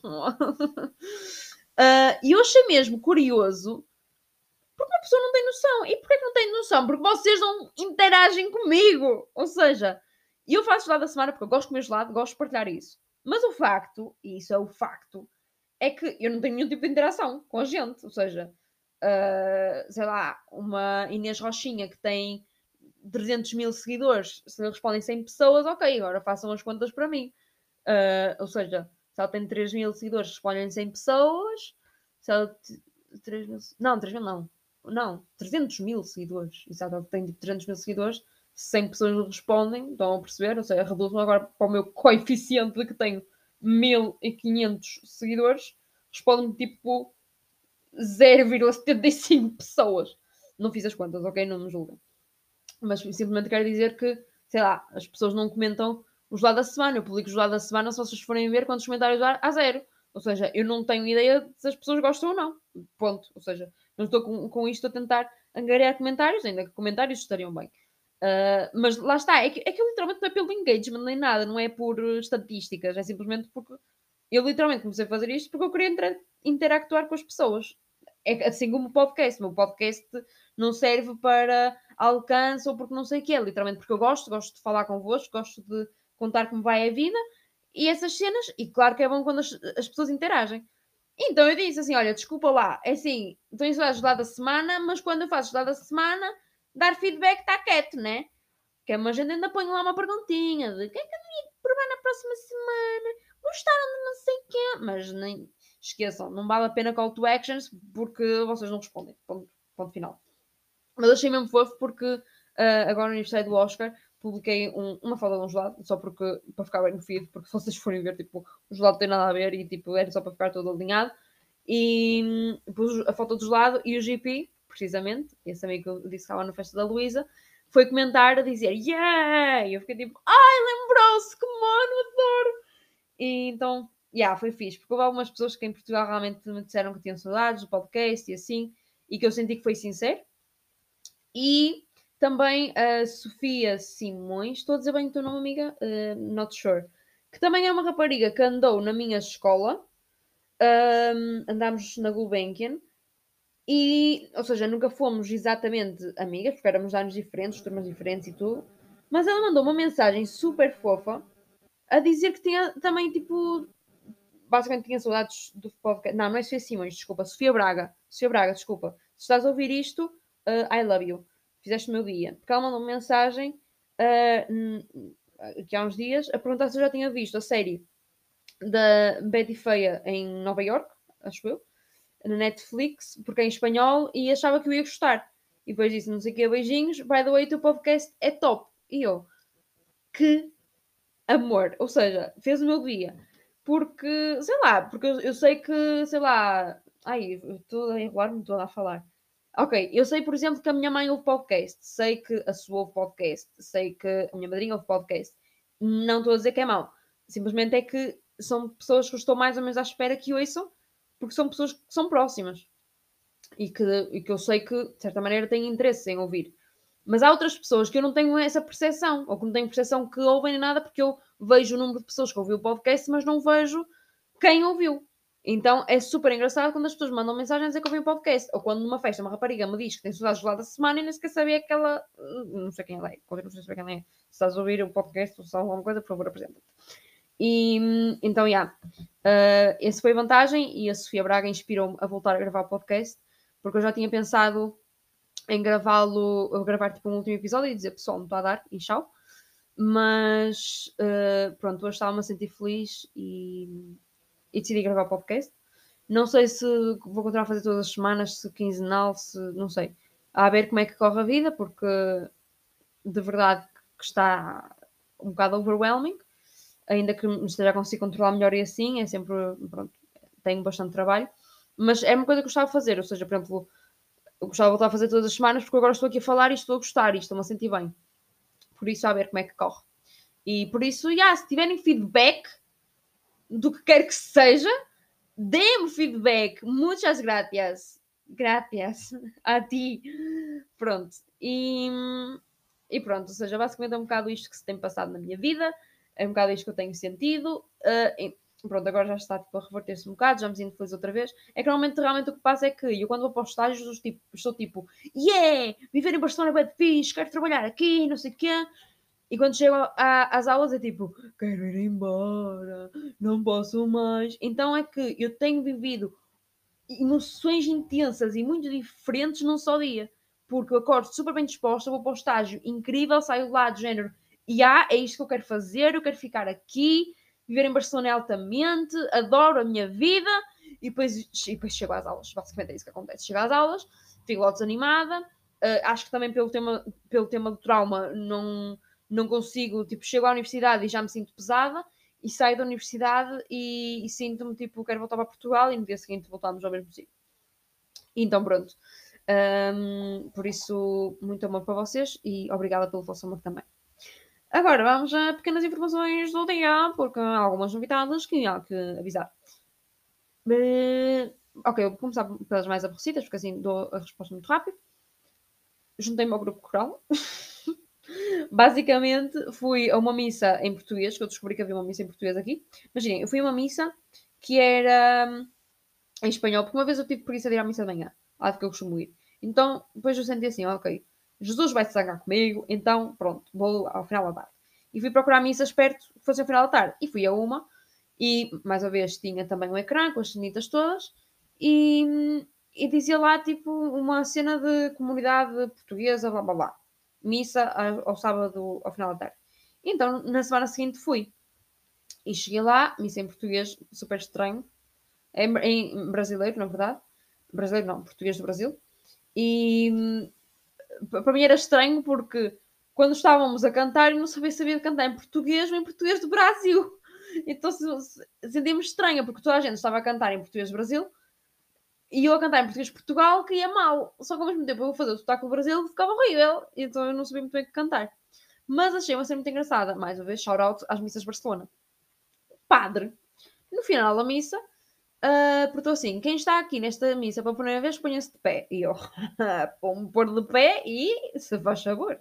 E eu achei mesmo curioso porque a pessoa não tem noção. E porquê que não tem noção? Porque vocês não interagem comigo. Ou seja, eu faço gelado da semana porque eu gosto de comer gelado, gosto de partilhar isso. Mas o facto, e isso é o facto, é que eu não tenho nenhum tipo de interação com a gente. Ou seja, sei lá, uma Inês Rochinha que tem 300 mil seguidores, se lhe respondem 100 pessoas, ok, agora façam as contas para mim. Ou seja, se ela tem 3 mil seguidores, respondem 100 pessoas. Se ela 3 mil, não, 3 mil não. Não, 300 mil seguidores. Exato, ela tem 300 mil seguidores. 100 pessoas lhe respondem, estão a perceber? Ou seja, reduz-me agora para o meu coeficiente de que tenho 1500 seguidores. Responde-me tipo 0,75 pessoas. Não fiz as contas, ok? Não me julguem. Mas simplesmente quero dizer que, sei lá, as pessoas não comentam o gelado da semana. Eu publico o gelado da semana, se vocês forem ver, quantos comentários há 0. Ou seja, eu não tenho ideia se as pessoas gostam ou não. Ponto. Ou seja, não estou com isto a tentar angariar comentários, ainda que comentários estariam bem. Mas lá está, é que literalmente não é pelo engagement nem nada, não é por estatísticas, é simplesmente porque eu literalmente comecei a fazer isto porque eu queria interactuar com as pessoas. É assim como o podcast. O meu podcast não serve para alcance ou porque não sei o que é, literalmente porque eu gosto de falar convosco, gosto de contar como vai a vida e essas cenas, e claro que é bom quando as pessoas interagem. Então eu disse assim: olha, desculpa lá, é assim, estou em gelado da semana, mas quando eu faço gelado da semana, dar feedback está quieto, né? Que é uma gente ainda põe lá uma perguntinha de o que é que eu ia provar na próxima semana? Gostaram de não sei o quê? Mas nem esqueçam, não vale a pena call to actions porque vocês não respondem. Ponto final. Mas achei mesmo fofo porque agora no aniversário do Oscar publiquei uma foto de um gelado, só porque para ficar bem no feed, porque se vocês forem ver, tipo, o gelado tem nada a ver e tipo, era só para ficar todo alinhado. E pus a foto do gelado e o GP, precisamente, esse amigo que eu disse que estava na festa da Luísa, foi comentar a dizer yeah! E eu fiquei tipo, ai, lembrou-se, que mano, adoro! E então, yeah, foi fixe, porque houve algumas pessoas que em Portugal realmente me disseram que tinham saudades do podcast e assim, e que eu senti que foi sincero. E também a Sofia Simões, estou a dizer bem o teu nome, amiga? Not sure. Que também é uma rapariga que andou na minha escola. Andámos na Gulbenkian. E, ou seja, nunca fomos exatamente amigas, porque éramos de anos diferentes, turmas diferentes e tudo. Mas ela mandou uma mensagem super fofa a dizer que tinha também, tipo, basicamente tinha saudades do podcast. Não, não é Sofia Simões, desculpa, Sofia Braga. Sofia Braga, desculpa. Se estás a ouvir isto, I love you. Fizeste o meu dia. Porque ela mandou uma mensagem aqui há uns dias a perguntar se eu já tinha visto a série da Betty Feia em Nova York, acho eu, na Netflix, porque é em espanhol, e achava que eu ia gostar. E depois disse, não sei o que, beijinhos, by the way, o teu podcast é top. E eu, que amor. Ou seja, fez o meu dia. Porque, sei lá, porque eu sei que, sei lá. Ai, estou a enrolar-me, estou a falar. Ok, eu sei, por exemplo, que a minha mãe ouve podcast, sei que a sua ouve podcast, sei que a minha madrinha ouve podcast. Não estou a dizer que é mau. Simplesmente é que são pessoas que eu estou mais ou menos à espera que ouçam, porque são pessoas que são próximas e que eu sei que, de certa maneira, têm interesse em ouvir. Mas há outras pessoas que eu não tenho essa percepção, ou que não tenho percepção que ouvem nada, porque eu vejo o número de pessoas que ouviu o podcast, mas não vejo quem ouviu. Então é super engraçado quando as pessoas mandam mensagens a dizer que ouvem o podcast, ou quando numa festa uma rapariga me diz que tem saudades de lá da semana e nem sequer sabia que ela. Não sei quem ela é, não sei saber quem ela é. Se estás a ouvir o podcast ou se alguma coisa, por favor, apresenta-te. E então, yeah, essa foi a vantagem e a Sofia Braga inspirou-me a voltar a gravar o podcast, porque eu já tinha pensado em gravar tipo um último episódio e dizer pessoal, não está a dar e tchau. Mas pronto, hoje estava-me a sentir feliz e decidi gravar podcast. Não sei se vou continuar a fazer todas as semanas, se quinzenal, se não sei. A ver como é que corre a vida, porque de verdade que está um bocado overwhelming, ainda que me esteja a conseguir controlar melhor e assim, é sempre, pronto, tenho bastante trabalho, mas é uma coisa que eu gostava de fazer, ou seja, por exemplo, eu gostava de voltar a fazer todas as semanas porque agora estou aqui a falar e estou a gostar e estou-me a sentir bem. Por isso, a ver como é que corre. E por isso, se tiverem feedback do que quer que seja, dê-me feedback. Muitas gracias. Gracias a ti. Pronto. E pronto, ou seja, basicamente é um bocado isto que se tem passado na minha vida, é um bocado isto que eu tenho sentido. Pronto, agora já está tipo, a reverter-se um bocado, já me sinto feliz outra vez. É que normalmente realmente o que passa é que eu quando vou para os estágios estou tipo, yeah, viver em Barcelona é de fixe, quero trabalhar aqui, não sei o quê. E quando chego às aulas é tipo, quero ir embora, não posso mais. Então é que eu tenho vivido emoções intensas e muito diferentes num só dia. Porque eu acordo super bem disposta, vou para o estágio incrível, saio lá de género, é isto que eu quero fazer, eu quero ficar aqui, viver em Barcelona é altamente, adoro a minha vida, e depois chego às aulas. Basicamente é isso que acontece. Chego às aulas, fico logo desanimada, acho que também pelo tema do trauma não consigo, tipo, chego à universidade e já me sinto pesada, e saio da universidade e sinto-me tipo, quero voltar para Portugal e no dia seguinte voltamos ao mesmo sítio. Então pronto. Por isso, muito amor para vocês e obrigada pelo vosso amor também. Agora vamos a pequenas informações do dia, porque há algumas novidades que há que avisar. Ok, eu vou começar pelas mais aborrecidas, porque assim dou a resposta muito rápido. Juntei-me ao grupo coral. Basicamente, fui a uma missa em português, que eu descobri que havia uma missa em português aqui. Imaginem, eu fui a uma missa que era em espanhol, porque uma vez eu tive preguiça de ir à missa de manhã, lá que eu costumo ir. Então, depois eu senti assim, ok, Jesus vai se zangar comigo, então pronto, vou ao final da tarde. E fui procurar missas perto que fosse ao final da tarde. E fui a uma, e mais uma vez tinha também um ecrã com as cenitas todas, e dizia lá tipo uma cena de comunidade portuguesa, blá blá blá. Missa ao sábado, ao final da tarde. Então, na semana seguinte fui. E cheguei lá, missa em português, super estranho, em brasileiro, na verdade. Brasileiro não, português do Brasil. E para mim era estranho porque quando estávamos a cantar eu não sabia cantar em português ou em português do Brasil. Então sentia-me estranha porque toda a gente estava a cantar em português do Brasil e eu a cantar em português de Portugal que ia mal. Só que ao mesmo tempo eu vou fazer o sotaque do Brasil ficava horrível. Então eu não sabia muito bem o que cantar. Mas achei uma cena muito engraçada. Mais uma vez, shout out às missas de Barcelona. Padre, no final da missa, portou assim: quem está aqui nesta missa pela primeira vez, ponha-se de pé. E eu, vou-me pôr de pé e se faz favor.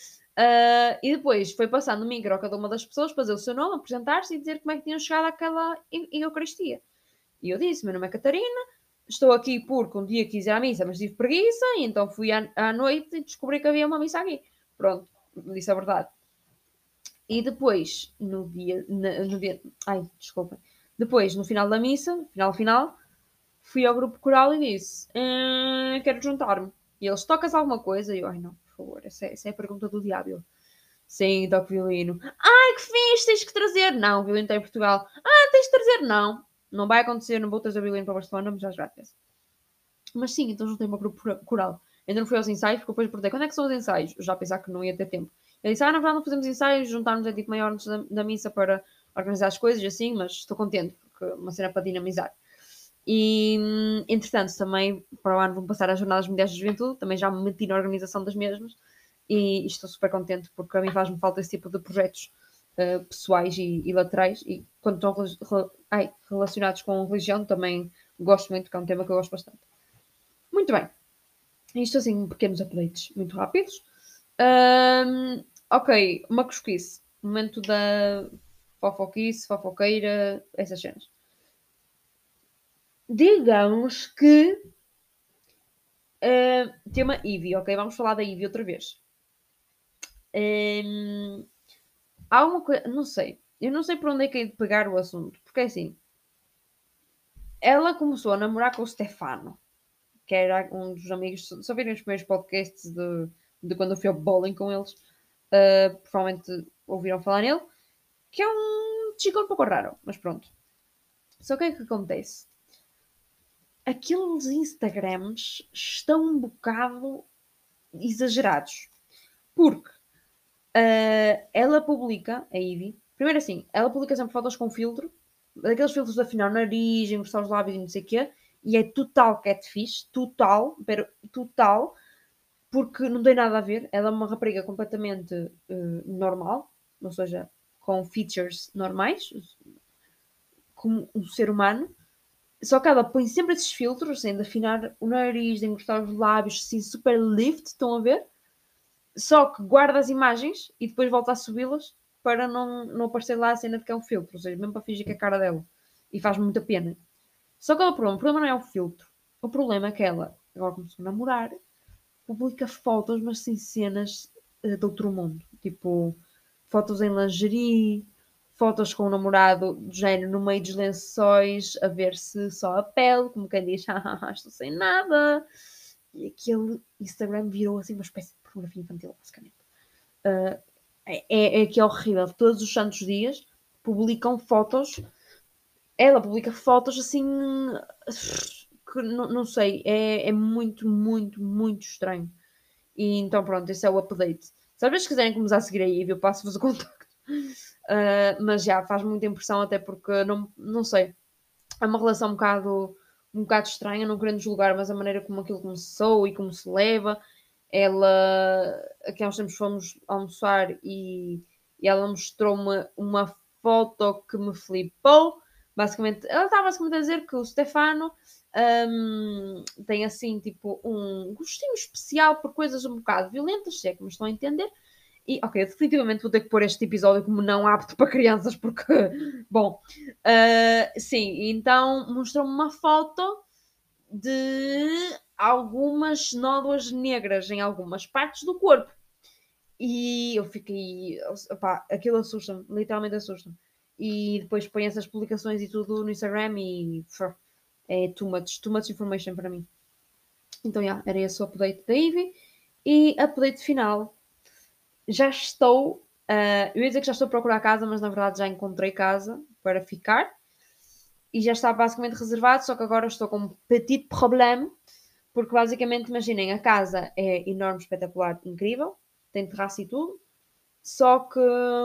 E depois foi passando o micro a cada uma das pessoas, fazer o seu nome, apresentar-se e dizer como é que tinham chegado àquela Eucaristia. E eu disse: meu nome é Catarina, estou aqui porque um dia quis ir à missa, mas tive preguiça, e então fui à noite e descobri que havia uma missa aqui. Pronto, disse a verdade. E depois, no dia. Ai, desculpa. Depois, no final da missa, final, fui ao grupo coral e disse: quero juntar-me. E eles: tocas alguma coisa? E eu: ai não, por favor, essa é a pergunta do diabo. Sim, toco violino. Ai, que fixe, tens que trazer. Não, o violino está em Portugal. Ah, tens de trazer. Não, não vai acontecer, não vou trazer o violino para Barcelona, mas já graças. Mas sim, então juntei-me ao grupo coral. Ainda não fui aos ensaios, porque depois perguntei quando é que são os ensaios? Eu já pensava que não ia ter tempo. Ele disse: na verdade não fazemos ensaios, juntarmos é tipo meia hora antes da missa para organizar as coisas e assim, mas estou contente, porque é uma cena para dinamizar. E, entretanto, também para o ano vão passar as Jornadas Mundiais de Juventude, também já me meti na organização das mesmas e estou super contente porque a mim faz-me falta esse tipo de projetos pessoais e laterais e quando estão relacionados com religião também gosto muito, porque é um tema que eu gosto bastante. Muito bem, isto assim, pequenos updates muito rápidos. Ok, uma cosquice, momento da fofoquice, fofoqueira, essas cenas. Digamos que tema Eevee, ok? Vamos falar da Eevee outra vez. Há uma coisa, não sei, eu não sei por onde é que é de pegar o assunto, porque é assim, ela começou a namorar com o Stefano, que era um dos amigos, só viram os primeiros podcasts de quando eu fui ao bowling com eles, provavelmente ouviram falar nele, que é um chico um pouco raro, mas pronto. Só que o que é que acontece? Aqueles Instagrams estão um bocado exagerados, porque ela publica, a Ivy, primeiro assim, ela publica sempre fotos com filtro, daqueles filtros de afinar o nariz, encostar os lábios e não sei o quê, e é total catfish, total, pero total, porque não tem nada a ver. Ela é uma rapariga completamente normal, ou seja, com features normais, como um ser humano, só que ela põe sempre esses filtros, assim, de afinar o nariz, de encostar os lábios, assim, super lift, estão a ver? Só que guarda as imagens e depois volta a subi-las para não aparecer lá a cena de que é um filtro, ou seja, mesmo para fingir que é a cara dela. E faz muita pena. Só que o problema não é o filtro. O problema é que ela, agora começou a namorar, publica fotos, mas sem cenas de outro mundo. Tipo, fotos em lingerie, fotos com o namorado do género no meio dos lençóis, a ver se só a pele, como quem diz, estou sem nada. E aquele Instagram virou assim uma espécie de pornografia infantil, basicamente. Que é horrível. Todos os santos dias publicam fotos. Ela publica fotos assim. Que não sei. É muito, muito, muito estranho. E então, pronto, esse é o update. Se às vezes quiserem começar a seguir aí, eu passo-vos o contacto. Mas já faz muita impressão, até porque não sei. É uma relação um bocado estranha, não querendo julgar, mas a maneira como aquilo começou e como se leva. Ela, aqui há uns tempos fomos almoçar e ela mostrou-me uma foto que me flipou. Basicamente, ela estava basicamente a dizer que o Stefano tem assim, tipo, um gostinho especial por coisas um bocado violentas, se é que me estão a entender. E, ok, definitivamente vou ter que pôr este episódio como não apto para crianças, porque, bom, sim, então mostrou-me uma foto de algumas nódoas negras em algumas partes do corpo. E eu fiquei, opá, aquilo assusta-me, literalmente assusta-me. E depois põe essas publicações e tudo no Instagram e é too much information para mim. Então, yeah, era esse o update da Ivy. E update final, já estou, eu ia dizer que já estou a procurar casa, mas na verdade já encontrei casa para ficar. E já está basicamente reservado, só que agora estou com um petit problème, porque basicamente, imaginem, a casa é enorme, espetacular, incrível, tem terraço e tudo, só que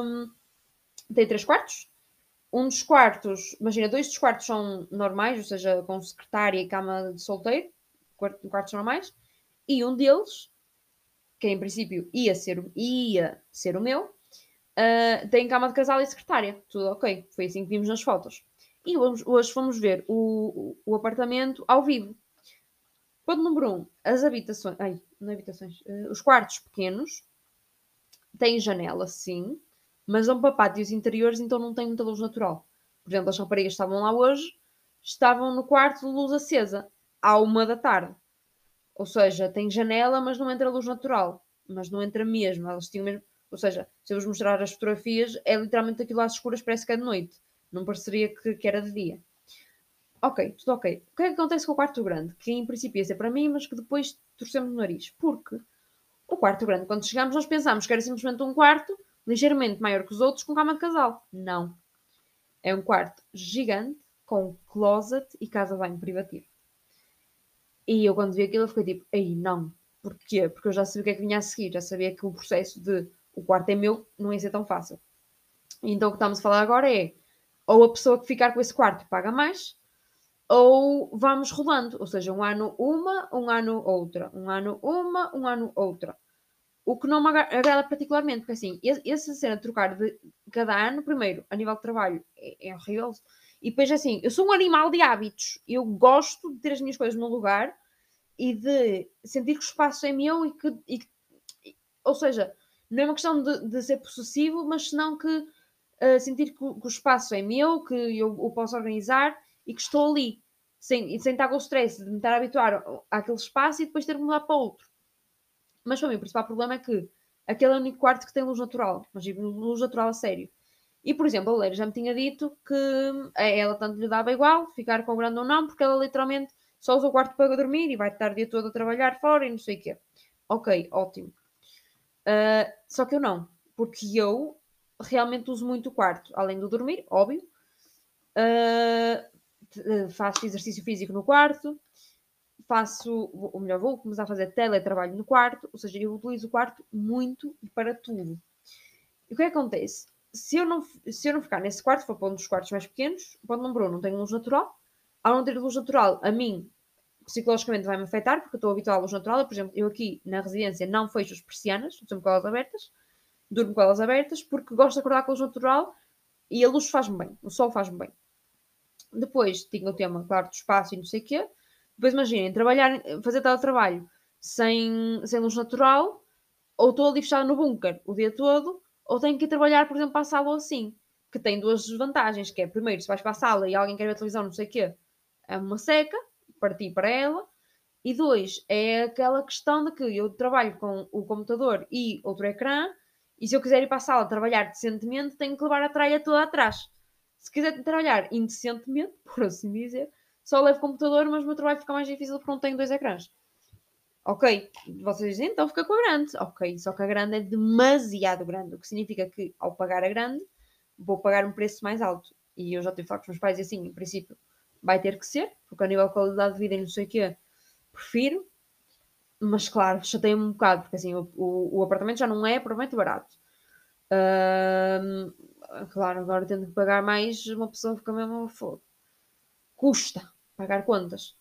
tem 3 quartos. Um dos quartos, imagina, 2 dos quartos são normais, ou seja, com secretária e cama de solteiro, quartos normais, e um deles, que em princípio ia ser o meu, tem cama de casal e secretária. Tudo ok. Foi assim que vimos nas fotos. E hoje fomos ver o apartamento ao vivo. Ponto número 1. As habitações. Ai, não é habitações. Os quartos pequenos têm janela, sim, mas dão para pátios interiores, então não tem muita luz natural. Por exemplo, as raparigas estavam lá hoje, estavam no quarto de luz acesa, à 1 da tarde. Ou seja, tem janela, mas não entra luz natural. Mas não entra mesmo. Elas tinham mesmo. Ou seja, se eu vos mostrar as fotografias, é literalmente aquilo às escuras, parece que é de noite. Não pareceria que era de dia. Ok, tudo ok. O que é que acontece com o quarto grande? Que em princípio ia ser para mim, mas que depois torcemos o nariz. Porque o quarto grande, quando chegámos, nós pensámos que era simplesmente um quarto ligeiramente maior que os outros com cama de casal. Não. É um quarto gigante com closet e casa de banho privativo. E eu, quando vi aquilo, eu fiquei tipo, ei, não. Porquê? Porque eu já sabia o que é que vinha a seguir. Já sabia que o processo de o quarto é meu não ia ser tão fácil. Então, o que estamos a falar agora é ou a pessoa que ficar com esse quarto paga mais, ou vamos rodando. Ou seja, um ano uma, um ano outra. Um ano uma, um ano outra. O que não me agrada particularmente, porque assim, essa cena de trocar de cada ano, primeiro, a nível de trabalho, é horrível. E depois, assim, eu sou um animal de hábitos. Eu gosto de ter as minhas coisas no lugar e de sentir que o espaço é meu ou seja, não é uma questão de ser possessivo, mas senão que sentir que o espaço é meu, que eu o posso organizar e que estou ali, sem estar com o stress de me estar a habituar àquele espaço e depois ter que mudar para outro. Mas para mim o principal problema é que aquele é o único quarto que tem luz natural, mas luz natural a sério. E, por exemplo, a Leira já me tinha dito que a ela tanto lhe dava igual ficar com o grande ou não, porque ela literalmente só usa o quarto para dormir e vai estar o dia todo a trabalhar fora e não sei o quê. Ok, ótimo. Só que eu não, porque eu realmente uso muito o quarto, além do dormir, óbvio. Faço exercício físico no quarto, ou melhor, vou começar a fazer teletrabalho no quarto, ou seja, eu utilizo o quarto muito e para tudo. E o que é que acontece? Se eu não ficar nesse quarto, for para um dos quartos mais pequenos, ponto número 1, não tenho luz natural. Ao não ter luz natural, a mim, psicologicamente, vai-me afetar, porque eu estou habituada à luz natural. Eu, por exemplo, eu aqui na residência não fecho as persianas, estou sempre com elas abertas, durmo com elas abertas, porque gosto de acordar com a luz natural e a luz faz-me bem, o sol faz-me bem. Depois tinha o tema, claro, do espaço e não sei o quê. Depois imaginem, fazer teletrabalho sem luz natural, ou estou ali fechada no bunker o dia todo, ou tenho que ir trabalhar, por exemplo, para a sala ou assim. Que tem duas desvantagens, que é, primeiro, se vais para a sala e alguém quer ver televisão, não sei o quê, é uma seca, para ti e para ela. E dois, é aquela questão de que eu trabalho com o computador e outro ecrã, e se eu quiser ir para a sala trabalhar decentemente, tenho que levar a tralha toda atrás. Se quiser trabalhar indecentemente, por assim dizer, só levo o computador, mas o meu trabalho fica mais difícil porque não tenho 2 ecrãs. Ok, vocês dizem, então fica com a grande. Ok, só que a grande é demasiado grande, o que significa que ao pagar a grande, vou pagar um preço mais alto. E eu já tive falado com os meus pais e assim, em princípio, vai ter que ser, porque a nível de qualidade de vida e não sei o quê, prefiro. Mas claro, chateia-me um bocado, porque assim, o apartamento já não é provavelmente barato. Claro, agora tendo que pagar mais, uma pessoa fica mesmo fogo. Custa pagar contas.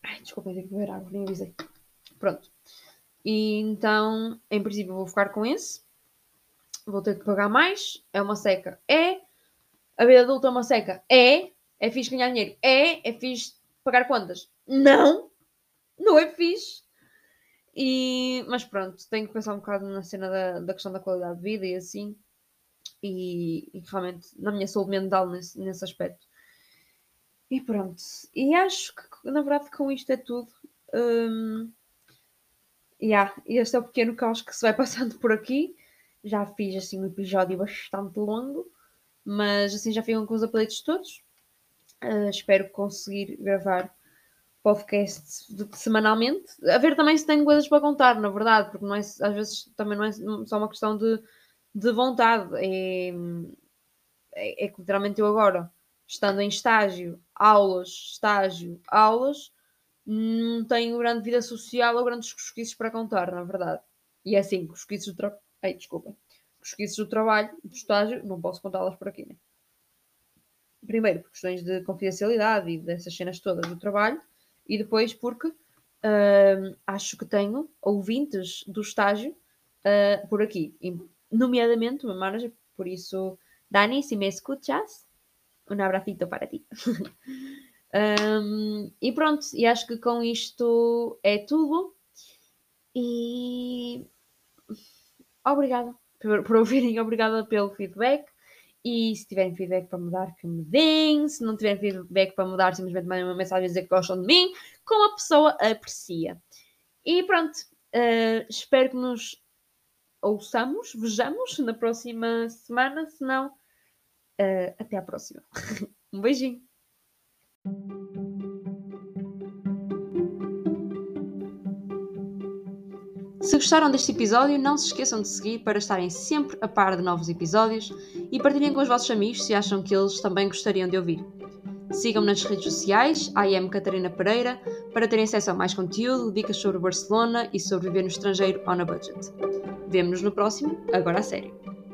Ai, desculpa, tenho que beber água, nem avisei. Pronto. E então, em princípio, vou ficar com esse. Vou ter que pagar mais. É uma seca. É. A vida adulta é uma seca. É. É fixe ganhar dinheiro. É. É fixe pagar contas. Não. Não é fixe. Mas pronto, tenho que pensar um bocado na cena da questão da qualidade de vida e assim. E realmente na minha saúde mental nesse aspecto. E pronto. E acho que na verdade com isto é tudo. Hum, este é o pequeno caos que se vai passando por aqui. Já fiz assim um episódio bastante longo, mas assim já ficam com os updates todos. Espero conseguir gravar podcast semanalmente. A ver também se tenho coisas para contar, na verdade, porque não é, às vezes também não é só uma questão de vontade. É que literalmente eu agora, estando em estágio, aulas, não tenho grande vida social ou grandes cosquices para contar, na verdade. E é assim, cosquices do trabalho. Ai, desculpa. Cosquices do trabalho, do estágio, não posso contá-las por aqui, né? Primeiro, por questões de confidencialidade e dessas cenas todas do trabalho, e depois porque acho que tenho ouvintes do estágio por aqui, nomeadamente o meu manager, por isso, Dani, se me escuchas, um abracito para ti. E pronto, e acho que com isto é tudo. E obrigada por ouvirem, obrigada pelo feedback. E se tiverem feedback para mudar, que me deem. Se não tiverem feedback para mudar, simplesmente mandem uma mensagem a dizer que gostam de mim, como a pessoa aprecia. E pronto, espero que nos ouçamos, vejamos na próxima semana. Se não, até à próxima. Um beijinho. Se gostaram deste episódio, não se esqueçam de seguir para estarem sempre a par de novos episódios e partilhem com os vossos amigos se acham que eles também gostariam de ouvir. Sigam-me nas redes sociais, I am Catarina Pereira, para terem acesso a mais conteúdo, dicas sobre Barcelona e sobre viver no estrangeiro on a budget. Vemo-nos no próximo, agora a sério.